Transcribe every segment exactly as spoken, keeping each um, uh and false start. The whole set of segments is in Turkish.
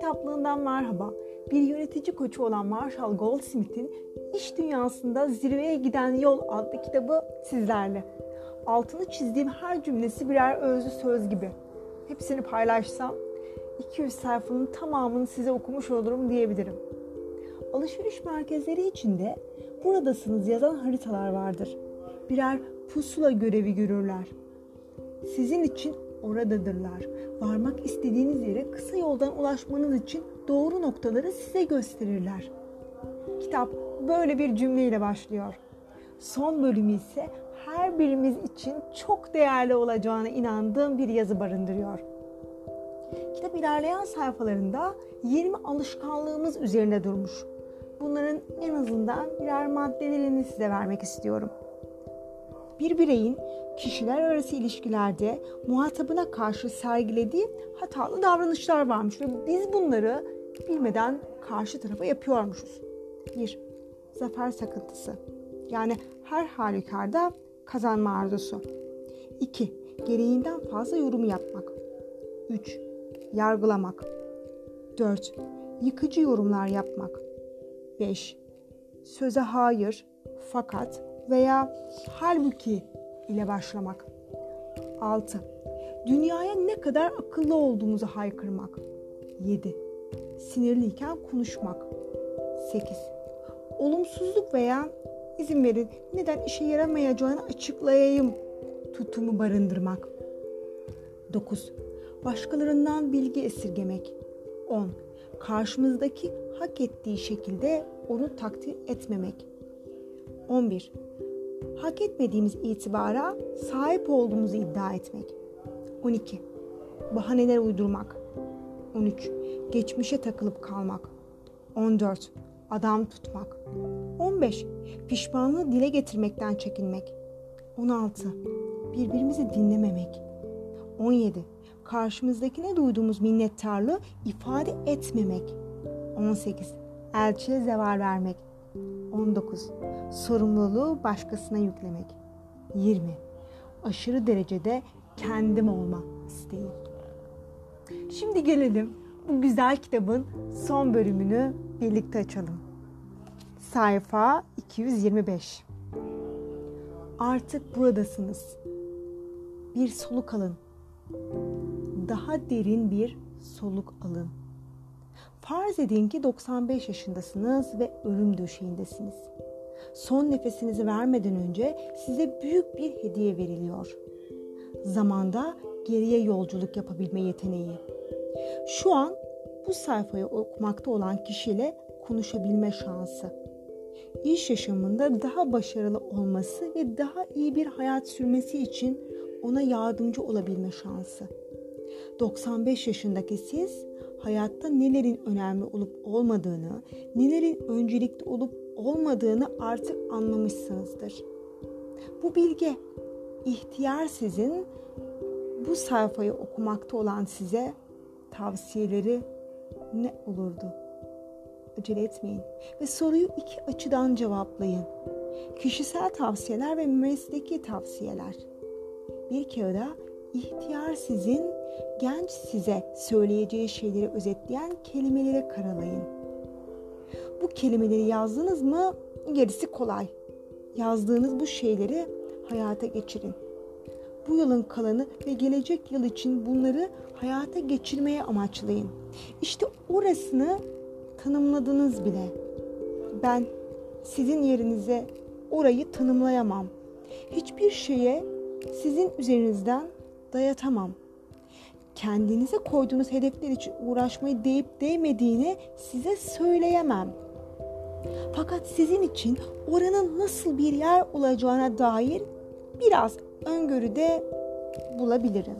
kitaplığından merhaba. Bir yönetici koçu olan Marshall Goldsmith'in İş Dünyasında Zirveye Giden Yol adlı kitabı sizlerle. Altını çizdiğim her cümlesi birer özlü söz gibi. Hepsini paylaşsam iki yüz sayfanın tamamını size okumuş olurum diyebilirim. Alışveriş merkezleri içinde buradasınız yazan haritalar vardır. Birer pusula görevi görürler. Sizin için oradadırlar. Varmak istediğiniz yere kısa yoldan ulaşmanız için doğru noktaları size gösterirler. Kitap böyle bir cümleyle başlıyor. Son bölümü ise her birimiz için çok değerli olacağına inandığım bir yazı barındırıyor. Kitap ilerleyen sayfalarında yirmi alışkanlığımız üzerine durmuş. Bunların en azından birer maddelerini size vermek istiyorum. Bir bireyin kişiler arası ilişkilerde muhatabına karşı sergilediği hatalı davranışlar varmış ve biz bunları bilmeden karşı tarafa yapıyormuşuz. bir. Zafer sakıntısı. Yani her halükarda kazanma arzusu. iki. Gereğinden fazla yorum yapmak. üç. Yargılamak. dört. Yıkıcı yorumlar yapmak. beş. Söze hayır, fakat veya halbuki ile başlamak. altı. Dünyaya ne kadar akıllı olduğumuzu haykırmak. yedi. Sinirliyken konuşmak. sekiz. Olumsuzluk veya izin verin neden işe yaramayacağını açıklayayım tutumu barındırmak. dokuz. Başkalarından bilgi esirgemek. on. Karşımızdaki hak ettiği şekilde onu takdir etmemek. on bir. Hak etmediğimiz itibara sahip olduğumuzu iddia etmek. on iki. Bahaneler uydurmak. on üç. Geçmişe takılıp kalmak. on dört. Adam tutmak. on beş. Pişmanlığı dile getirmekten çekinmek. on altı. Birbirimizi dinlememek. on yedi. Karşımızdakine duyduğumuz minnettarlığı ifade etmemek. on sekiz. Elçiye zeval vermek. on dokuz. Sorumluluğu başkasına yüklemek. yirmi. Aşırı derecede kendim olma isteği. Şimdi gelelim bu güzel kitabın son bölümünü birlikte açalım. Sayfa iki yüz yirmi beş. Artık buradasınız. Bir soluk alın. Daha derin bir soluk alın. Farz edin ki doksan beş yaşındasınız ve ölüm döşeğindesiniz. Son nefesinizi vermeden önce size büyük bir hediye veriliyor. Zamanda geriye yolculuk yapabilme yeteneği. Şu an bu sayfayı okumakta olan kişiyle konuşabilme şansı. İş yaşamında daha başarılı olması ve daha iyi bir hayat sürmesi için ona yardımcı olabilme şansı. doksan beş yaşındaki siz hayatta nelerin önemli olup olmadığını, nelerin öncelikli olup olmadığını artık anlamışsınızdır. Bu bilgi ihtiyar sizin bu sayfayı okumakta olan size tavsiyeleri ne olurdu? Acele etmeyin ve soruyu iki açıdan cevaplayın. Kişisel tavsiyeler ve mesleki tavsiyeler. Bir kağıda ihtiyar sizin genç size söyleyeceği şeyleri özetleyen kelimeleri karalayın. Bu kelimeleri yazdınız mı gerisi kolay. Yazdığınız bu şeyleri hayata geçirin. Bu yılın kalanı ve gelecek yıl için bunları hayata geçirmeye amaçlayın. İşte orasını tanımladınız bile. Ben sizin yerinize orayı tanımlayamam. Hiçbir şeye sizin üzerinizden dayatamam. Kendinize koyduğunuz hedefler için uğraşmayı değip değmediğini size söyleyemem. Fakat sizin için oranın nasıl bir yer olacağına dair biraz öngörüde bulabilirim.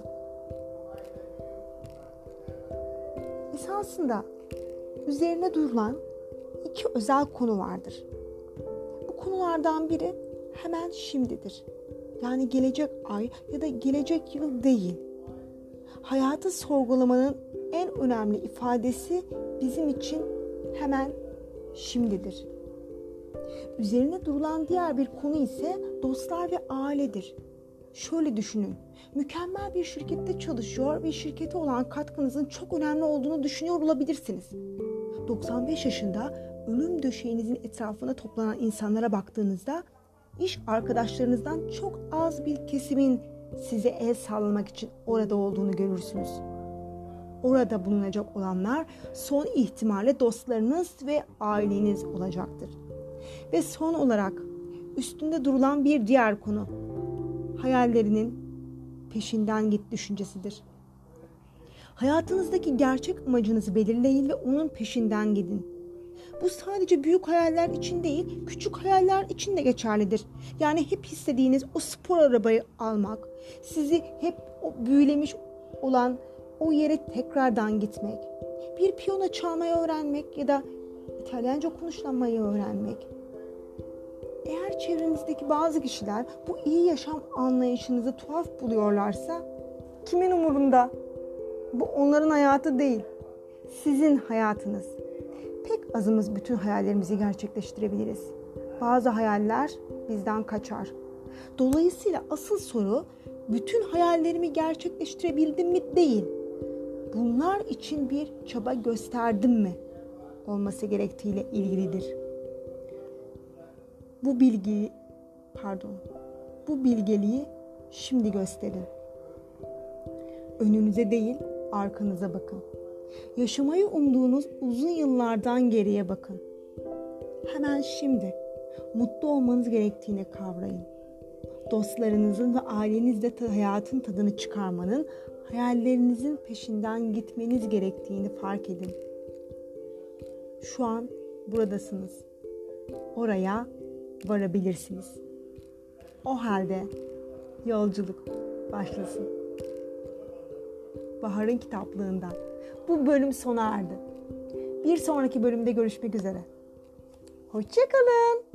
Esasında üzerine durulan iki özel konu vardır. Bu konulardan biri hemen şimdidir. Yani gelecek ay ya da gelecek yıl değil. Hayatı sorgulamanın en önemli ifadesi bizim için hemen şimdidir. Üzerine durulan diğer bir konu ise dostlar ve ailedir. Şöyle düşünün. Mükemmel bir şirkette çalışıyor ve şirkete olan katkınızın çok önemli olduğunu düşünüyor olabilirsiniz. doksan beş yaşında ölüm döşeğinizin etrafına toplanan insanlara baktığınızda iş arkadaşlarınızdan çok az bir kesimin size el sallamak için orada olduğunu görürsünüz. Orada bulunacak olanlar son ihtimalle dostlarınız ve aileniz olacaktır. Ve son olarak üstünde durulan bir diğer konu, hayallerinin peşinden git düşüncesidir. Hayatınızdaki gerçek amacınızı belirleyin ve onun peşinden gidin. Bu sadece büyük hayaller için değil, küçük hayaller için de geçerlidir. Yani hep istediğiniz o spor arabayı almak, sizi hep o büyülemiş olan o yere tekrardan gitmek, bir piyano çalmayı öğrenmek ya da İtalyanca konuşmayı öğrenmek. Eğer çevrenizdeki bazı kişiler bu iyi yaşam anlayışınızı tuhaf buluyorlarsa, kimin umurunda? Bu onların hayatı değil, sizin hayatınız. Pek azımız bütün hayallerimizi gerçekleştirebiliriz. Bazı hayaller bizden kaçar. Dolayısıyla asıl soru, bütün hayallerimi gerçekleştirebildim mi değil, bunlar için bir çaba gösterdim mi olması gerektiğiyle ilgilidir. Bu bilgiyi, pardon, bu bilgeliği şimdi gösterin. Önünüze değil, arkanıza bakın. Yaşamayı umduğunuz uzun yıllardan geriye bakın. Hemen şimdi mutlu olmanız gerektiğini kavrayın. Dostlarınızın ve ailenizle hayatın tadını çıkarmanın, hayallerinizin peşinden gitmeniz gerektiğini fark edin. Şu an buradasınız. Oraya varabilirsiniz. O halde yolculuk başlasın. Bahar'ın kitaplığından bu bölüm sona erdi. Bir sonraki bölümde görüşmek üzere. Hoşça kalın.